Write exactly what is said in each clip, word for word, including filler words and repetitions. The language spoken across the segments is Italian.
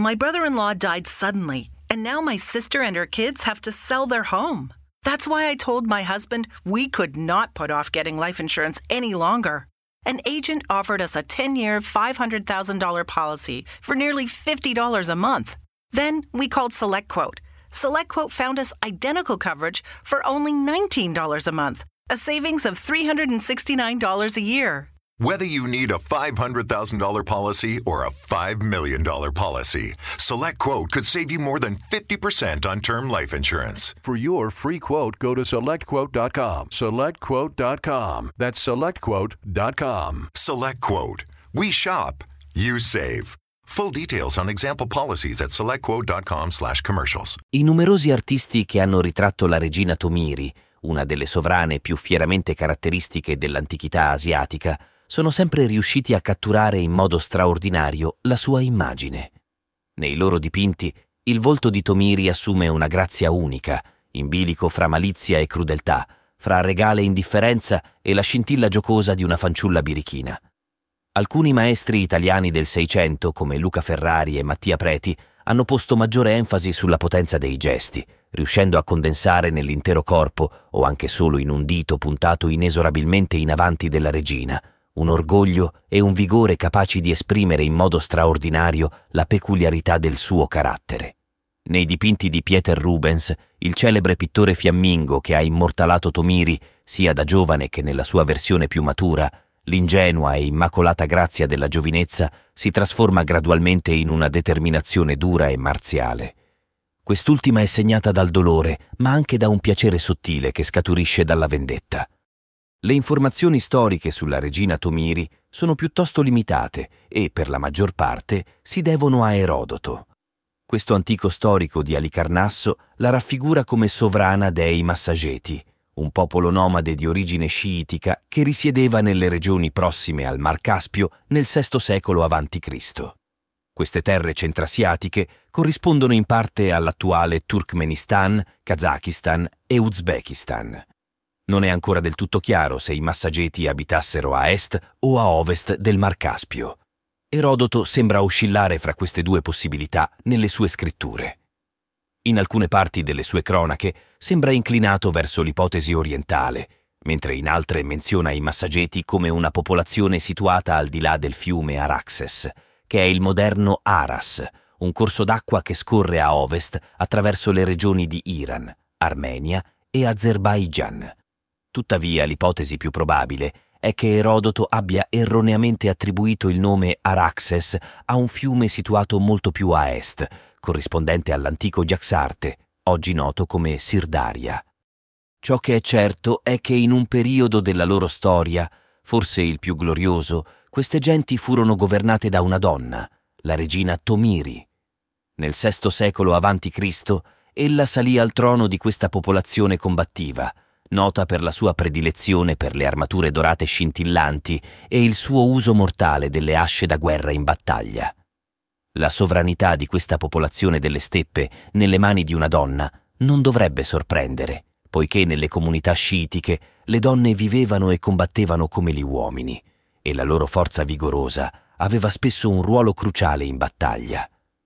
My brother-in-law died suddenly, and now my sister and her kids have to sell their home. That's why I told my husband we could not put off getting life insurance any longer. An agent offered us a ten-year, five hundred thousand dollars policy for nearly fifty dollars a month. Then we called SelectQuote. SelectQuote found us identical coverage for only nineteen dollars a month, a savings of three hundred sixty-nine dollars a year. Whether you need a five hundred thousand dollars policy or a five million dollars policy, SelectQuote could save you more than fifty percent on term life insurance. For your free quote, go to select quote dot com. select quote dot com. That's select quote dot com. SelectQuote. We shop, you save. Full details on example policies at select quote dot com slash commercials. I numerosi artisti che hanno ritratto la regina Tomiri, una delle sovrane più fieramente caratteristiche dell'antichità asiatica, sono sempre riusciti a catturare in modo straordinario la sua immagine. Nei loro dipinti, il volto di Tomiri assume una grazia unica, in bilico fra malizia e crudeltà, fra regale indifferenza e la scintilla giocosa di una fanciulla birichina. Alcuni maestri italiani del Seicento, come Luca Ferrari e Mattia Preti, hanno posto maggiore enfasi sulla potenza dei gesti, riuscendo a condensare nell'intero corpo, o anche solo in un dito puntato inesorabilmente in avanti della regina, un orgoglio e un vigore capaci di esprimere in modo straordinario la peculiarità del suo carattere. Nei dipinti di Pieter Rubens, il celebre pittore fiammingo che ha immortalato Tomiri, sia da giovane che nella sua versione più matura, l'ingenua e immacolata grazia della giovinezza si trasforma gradualmente in una determinazione dura e marziale. Quest'ultima è segnata dal dolore, ma anche da un piacere sottile che scaturisce dalla vendetta. Le informazioni storiche sulla regina Tomiri sono piuttosto limitate e, per la maggior parte, si devono a Erodoto. Questo antico storico di Alicarnasso la raffigura come sovrana dei Massageti, un popolo nomade di origine sciitica che risiedeva nelle regioni prossime al Mar Caspio nel sesto secolo avanti Cristo. Queste terre centrasiatiche corrispondono in parte all'attuale Turkmenistan, Kazakistan e Uzbekistan. Non è ancora del tutto chiaro se i Massageti abitassero a est o a ovest del Mar Caspio. Erodoto sembra oscillare fra queste due possibilità nelle sue scritture. In alcune parti delle sue cronache sembra inclinato verso l'ipotesi orientale, mentre in altre menziona i Massageti come una popolazione situata al di là del fiume Araxes, che è il moderno Aras, un corso d'acqua che scorre a ovest attraverso le regioni di Iran, Armenia e Azerbaigian. Tuttavia, l'ipotesi più probabile è che Erodoto abbia erroneamente attribuito il nome Araxes a un fiume situato molto più a est, corrispondente all'antico Giaxarte, oggi noto come Sirdaria. Ciò che è certo è che in un periodo della loro storia, forse il più glorioso, queste genti furono governate da una donna, la regina Tomiri. Nel sesto secolo avanti Cristo, ella salì al trono di questa popolazione combattiva, nota per la sua predilezione per le armature dorate scintillanti e il suo uso mortale delle asce da guerra in battaglia. La sovranità di questa popolazione delle steppe nelle mani di una donna non dovrebbe sorprendere, poiché nelle comunità sciitiche le donne vivevano e combattevano come gli uomini, e la loro forza vigorosa aveva spesso un ruolo cruciale in battaglia.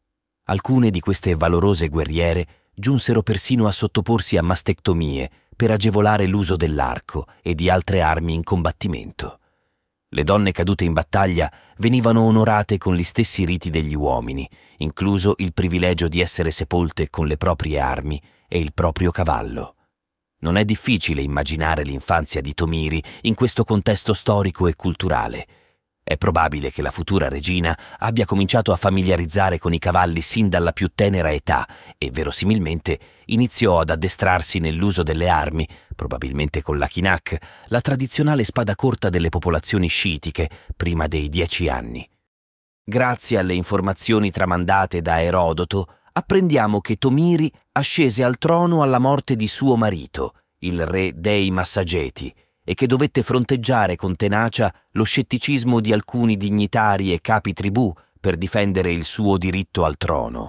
Alcune di queste valorose guerriere giunsero persino a sottoporsi a mastectomie per agevolare l'uso dell'arco e di altre armi in combattimento. Le donne cadute in battaglia venivano onorate con gli stessi riti degli uomini, incluso il privilegio di essere sepolte con le proprie armi e il proprio cavallo. Non è difficile immaginare l'infanzia di Tomiri in questo contesto storico e culturale. È probabile che la futura regina abbia cominciato a familiarizzare con i cavalli sin dalla più tenera età e verosimilmente iniziò ad addestrarsi nell'uso delle armi, probabilmente con l'Akinak, la tradizionale spada corta delle popolazioni sciitiche, prima dei dieci anni. Grazie alle informazioni tramandate da Erodoto, apprendiamo che Tomiri ascese al trono alla morte di suo marito, il re dei Massageti, e che dovette fronteggiare con tenacia lo scetticismo di alcuni dignitari e capi tribù per difendere il suo diritto al trono.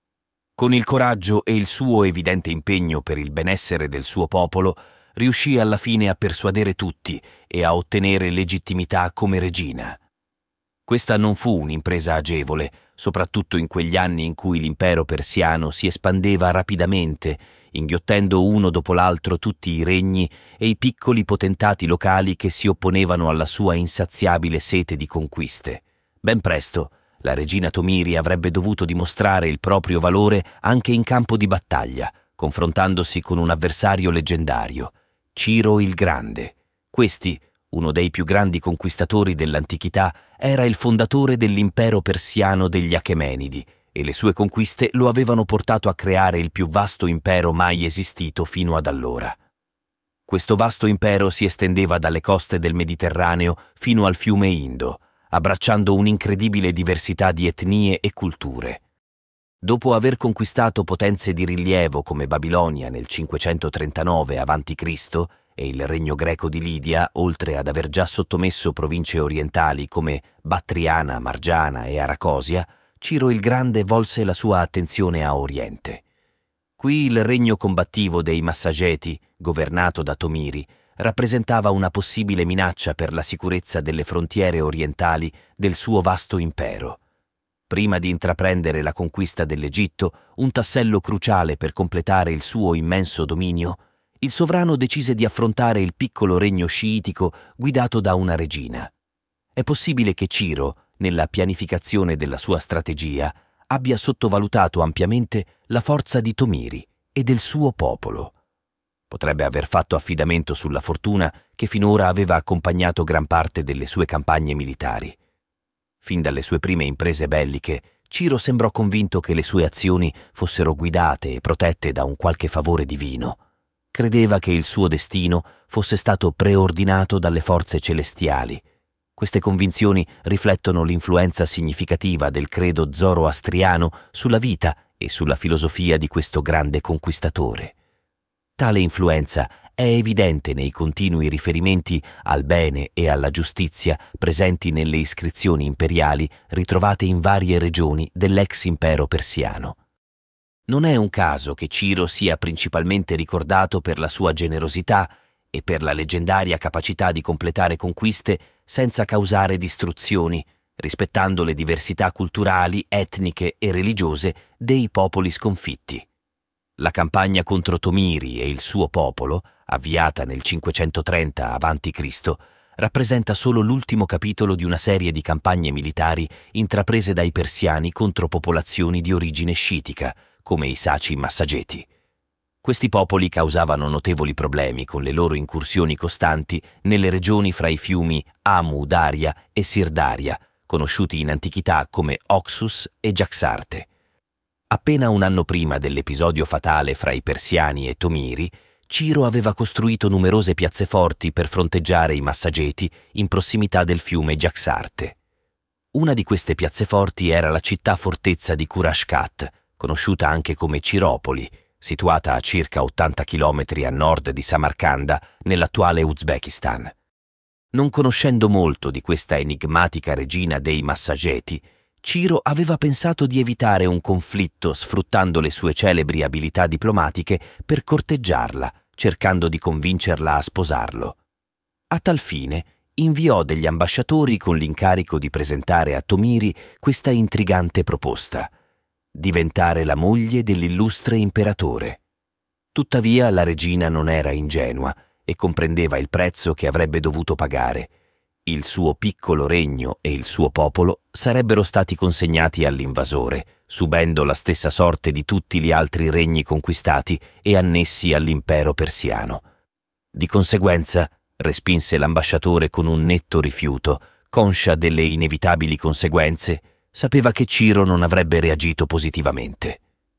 Con il coraggio e il suo evidente impegno per il benessere del suo popolo, riuscì alla fine a persuadere tutti e a ottenere legittimità come regina. Questa non fu un'impresa agevole, soprattutto in quegli anni in cui l'impero persiano si espandeva rapidamente, inghiottendo uno dopo l'altro tutti i regni e i piccoli potentati locali che si opponevano alla sua insaziabile sete di conquiste. Ben presto, la regina Tomiri avrebbe dovuto dimostrare il proprio valore anche in campo di battaglia, confrontandosi con un avversario leggendario, Ciro il Grande. Questi, uno dei più grandi conquistatori dell'antichità, era il fondatore dell'impero persiano degli Achemenidi e le sue conquiste lo avevano portato a creare il più vasto impero mai esistito fino ad allora. Questo vasto impero si estendeva dalle coste del Mediterraneo fino al fiume Indo, abbracciando un'incredibile diversità di etnie e culture. Dopo aver conquistato potenze di rilievo come Babilonia nel cinquecentotrentanove avanti Cristo e il regno greco di Lidia, oltre ad aver già sottomesso province orientali come Battriana, Margiana e Aracosia, Ciro il Grande volse la sua attenzione a Oriente. Qui il regno combattivo dei Massageti, governato da Tomiri, rappresentava una possibile minaccia per la sicurezza delle frontiere orientali del suo vasto impero. Prima di intraprendere la conquista dell'Egitto, un tassello cruciale per completare il suo immenso dominio, il sovrano decise di affrontare il piccolo regno sciitico guidato da una regina. È possibile che Ciro, nella pianificazione della sua strategia, abbia sottovalutato ampiamente la forza di Tomiri e del suo popolo. Potrebbe aver fatto affidamento sulla fortuna che finora aveva accompagnato gran parte delle sue campagne militari. Fin dalle sue prime imprese belliche, Ciro sembrò convinto che le sue azioni fossero guidate e protette da un qualche favore divino. Credeva che il suo destino fosse stato preordinato dalle forze celestiali. Queste convinzioni riflettono l'influenza significativa del credo zoroastriano sulla vita e sulla filosofia di questo grande conquistatore. Tale influenza è evidente nei continui riferimenti al bene e alla giustizia presenti nelle iscrizioni imperiali ritrovate in varie regioni dell'ex impero persiano. Non è un caso che Ciro sia principalmente ricordato per la sua generosità e per la leggendaria capacità di completare conquiste senza causare distruzioni, rispettando le diversità culturali, etniche e religiose dei popoli sconfitti. La campagna contro Tomiri e il suo popolo, avviata nel cinquecentotrenta avanti Cristo, rappresenta solo l'ultimo capitolo di una serie di campagne militari intraprese dai persiani contro popolazioni di origine sciitica, come i saci massageti. Questi popoli causavano notevoli problemi con le loro incursioni costanti nelle regioni fra i fiumi Amu Daria e Sirdaria, conosciuti in antichità come Oxus e Giaxarte. Appena un anno prima dell'episodio fatale fra i persiani e Tomiri, Ciro aveva costruito numerose piazze forti per fronteggiare i massageti in prossimità del fiume Giaxarte. Una di queste piazze forti era la città-fortezza di Kurashkat, conosciuta anche come Ciropoli, situata a circa ottanta chilometri a nord di Samarcanda, nell'attuale Uzbekistan. Non conoscendo molto di questa enigmatica regina dei Massageti, Ciro aveva pensato di evitare un conflitto sfruttando le sue celebri abilità diplomatiche per corteggiarla, cercando di convincerla a sposarlo. A tal fine inviò degli ambasciatori con l'incarico di presentare a Tomiri questa intrigante proposta: diventare la moglie dell'illustre imperatore. Tuttavia la regina non era ingenua e comprendeva il prezzo che avrebbe dovuto pagare. Il suo piccolo regno e il suo popolo sarebbero stati consegnati all'invasore, subendo la stessa sorte di tutti gli altri regni conquistati e annessi all'impero persiano. Di conseguenza, respinse l'ambasciatore con un netto rifiuto, conscia delle inevitabili conseguenze. Sapeva che Ciro non avrebbe reagito positivamente.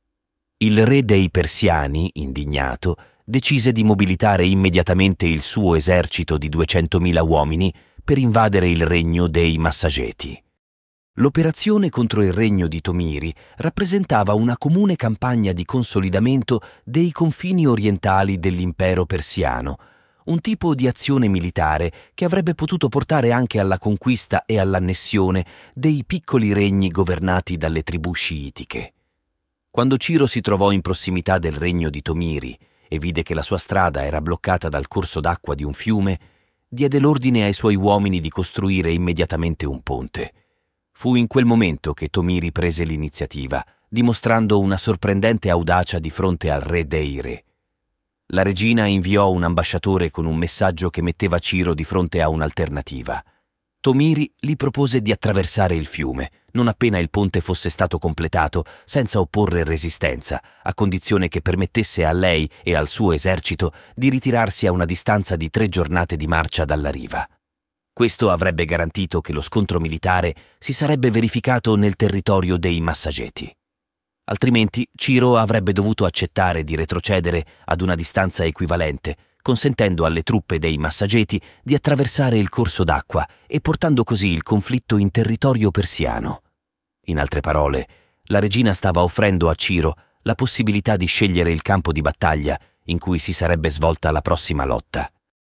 Il re dei persiani, indignato, decise di mobilitare immediatamente il suo esercito di duecentomila uomini per invadere il regno dei Massageti. L'operazione contro il regno di Tomiri rappresentava una comune campagna di consolidamento dei confini orientali dell'impero persiano, un tipo di azione militare che avrebbe potuto portare anche alla conquista e all'annessione dei piccoli regni governati dalle tribù sciitiche. Quando Ciro si trovò in prossimità del regno di Tomiri e vide che la sua strada era bloccata dal corso d'acqua di un fiume, diede l'ordine ai suoi uomini di costruire immediatamente un ponte. Fu in quel momento che Tomiri prese l'iniziativa, dimostrando una sorprendente audacia di fronte al re dei re. La regina inviò un ambasciatore con un messaggio che metteva Ciro di fronte a un'alternativa. Tomiri gli propose di attraversare il fiume, non appena il ponte fosse stato completato, senza opporre resistenza, a condizione che permettesse a lei e al suo esercito di ritirarsi a una distanza di tre giornate di marcia dalla riva. Questo avrebbe garantito che lo scontro militare si sarebbe verificato nel territorio dei Massageti. Altrimenti Ciro avrebbe dovuto accettare di retrocedere ad una distanza equivalente, consentendo alle truppe dei Massageti di attraversare il corso d'acqua e portando così il conflitto in territorio persiano. In altre parole, la regina stava offrendo a Ciro la possibilità di scegliere il campo di battaglia in cui si sarebbe svolta la prossima lotta.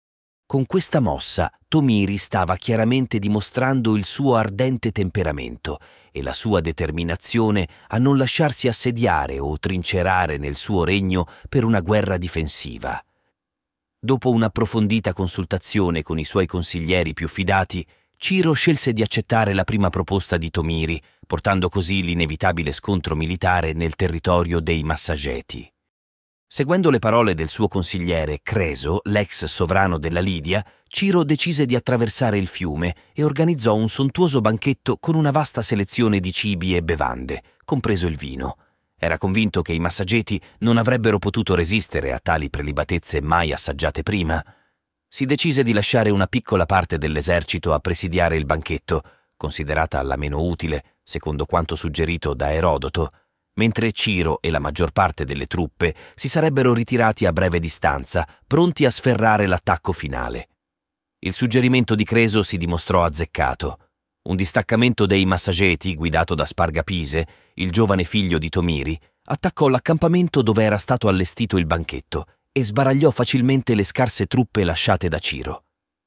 Con questa mossa, Tomiri stava chiaramente dimostrando il suo ardente temperamento e la sua determinazione a non lasciarsi assediare o trincerare nel suo regno per una guerra difensiva. Dopo un'approfondita consultazione con i suoi consiglieri più fidati, Ciro scelse di accettare la prima proposta di Tomiri, portando così l'inevitabile scontro militare nel territorio dei Massageti. Seguendo le parole del suo consigliere Creso, l'ex sovrano della Lidia, Ciro decise di attraversare il fiume e organizzò un sontuoso banchetto con una vasta selezione di cibi e bevande, compreso il vino. Era convinto che i Massageti non avrebbero potuto resistere a tali prelibatezze mai assaggiate prima. Si decise di lasciare una piccola parte dell'esercito a presidiare il banchetto, considerata la meno utile, secondo quanto suggerito da Erodoto, mentre Ciro e la maggior parte delle truppe si sarebbero ritirati a breve distanza, pronti a sferrare l'attacco finale. Il suggerimento di Creso si dimostrò azzeccato. Un distaccamento dei Massageti, guidato da Spargapise, il giovane figlio di Tomiri, attaccò l'accampamento dove era stato allestito il banchetto e sbaragliò facilmente le scarse truppe lasciate da Ciro.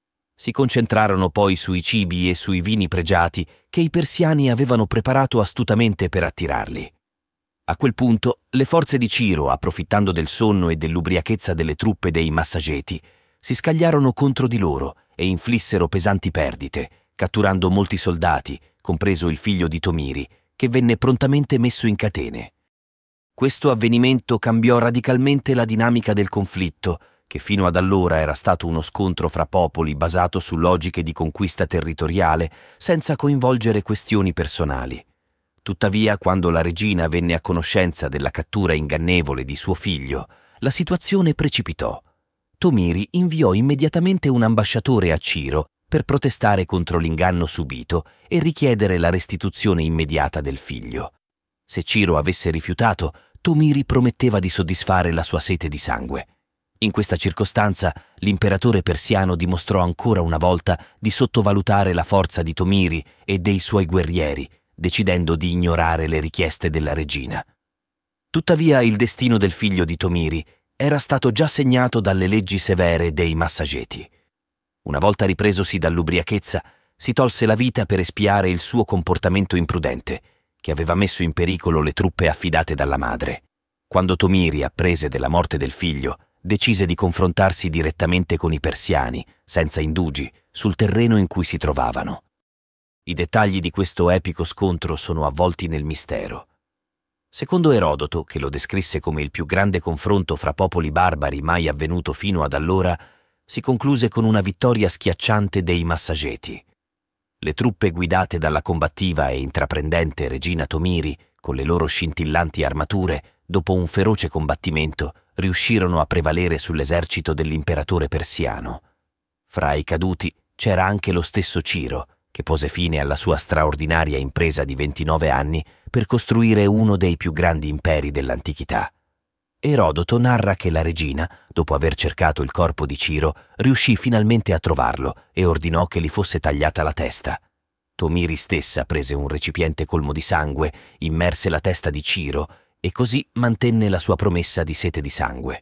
Si concentrarono poi sui cibi e sui vini pregiati che i persiani avevano preparato astutamente per attirarli. A quel punto, le forze di Ciro, approfittando del sonno e dell'ubriachezza delle truppe dei Massageti, si scagliarono contro di loro e inflissero pesanti perdite, catturando molti soldati, compreso il figlio di Tomiri, che venne prontamente messo in catene. Questo avvenimento cambiò radicalmente la dinamica del conflitto, che fino ad allora era stato uno scontro fra popoli basato su logiche di conquista territoriale, senza coinvolgere questioni personali. Tuttavia, quando la regina venne a conoscenza della cattura ingannevole di suo figlio, la situazione precipitò. Tomiri inviò immediatamente un ambasciatore a Ciro per protestare contro l'inganno subito e richiedere la restituzione immediata del figlio. Se Ciro avesse rifiutato, Tomiri prometteva di soddisfare la sua sete di sangue. In questa circostanza, l'imperatore persiano dimostrò ancora una volta di sottovalutare la forza di Tomiri e dei suoi guerrieri, decidendo di ignorare le richieste della regina. Tuttavia, il destino del figlio di Tomiri era stato già segnato dalle leggi severe dei Massageti. Una volta ripresosi dall'ubriachezza, si tolse la vita per espiare il suo comportamento imprudente, che aveva messo in pericolo le truppe affidate dalla madre. Quando Tomiri apprese della morte del figlio, decise di confrontarsi direttamente con i persiani, senza indugi, sul terreno in cui si trovavano. I dettagli di questo epico scontro sono avvolti nel mistero. Secondo Erodoto, che lo descrisse come il più grande confronto fra popoli barbari mai avvenuto fino ad allora, si concluse con una vittoria schiacciante dei Massageti. Le truppe guidate dalla combattiva e intraprendente regina Tomiri, con le loro scintillanti armature, dopo un feroce combattimento, riuscirono a prevalere sull'esercito dell'imperatore persiano. Fra i caduti c'era anche lo stesso Ciro, che pose fine alla sua straordinaria impresa di ventinove anni per costruire uno dei più grandi imperi dell'antichità. Erodoto narra che la regina, dopo aver cercato il corpo di Ciro, riuscì finalmente a trovarlo e ordinò che gli fosse tagliata la testa. Tomiri stessa prese un recipiente colmo di sangue, immerse la testa di Ciro e così mantenne la sua promessa di sete di sangue.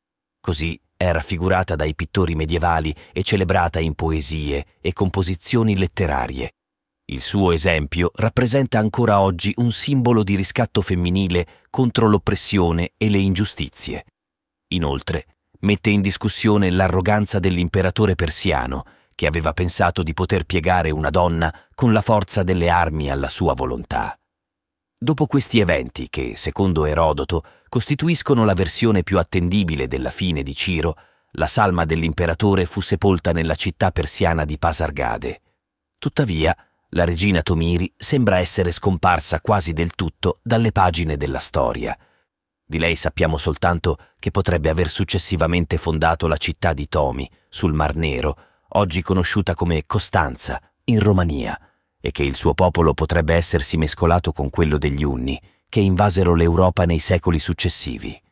Così è raffigurata dai pittori medievali e celebrata in poesie e composizioni letterarie. Il suo esempio rappresenta ancora oggi un simbolo di riscatto femminile contro l'oppressione e le ingiustizie. Inoltre, mette in discussione l'arroganza dell'imperatore persiano, che aveva pensato di poter piegare una donna con la forza delle armi alla sua volontà. Dopo questi eventi, che, secondo Erodoto, costituiscono la versione più attendibile della fine di Ciro, la salma dell'imperatore fu sepolta nella città persiana di Pasargade. Tuttavia, la regina Tomiri sembra essere scomparsa quasi del tutto dalle pagine della storia. Di lei sappiamo soltanto che potrebbe aver successivamente fondato la città di Tomi, sul Mar Nero, oggi conosciuta come Costanza, in Romania, e che il suo popolo potrebbe essersi mescolato con quello degli Unni, che invasero l'Europa nei secoli successivi.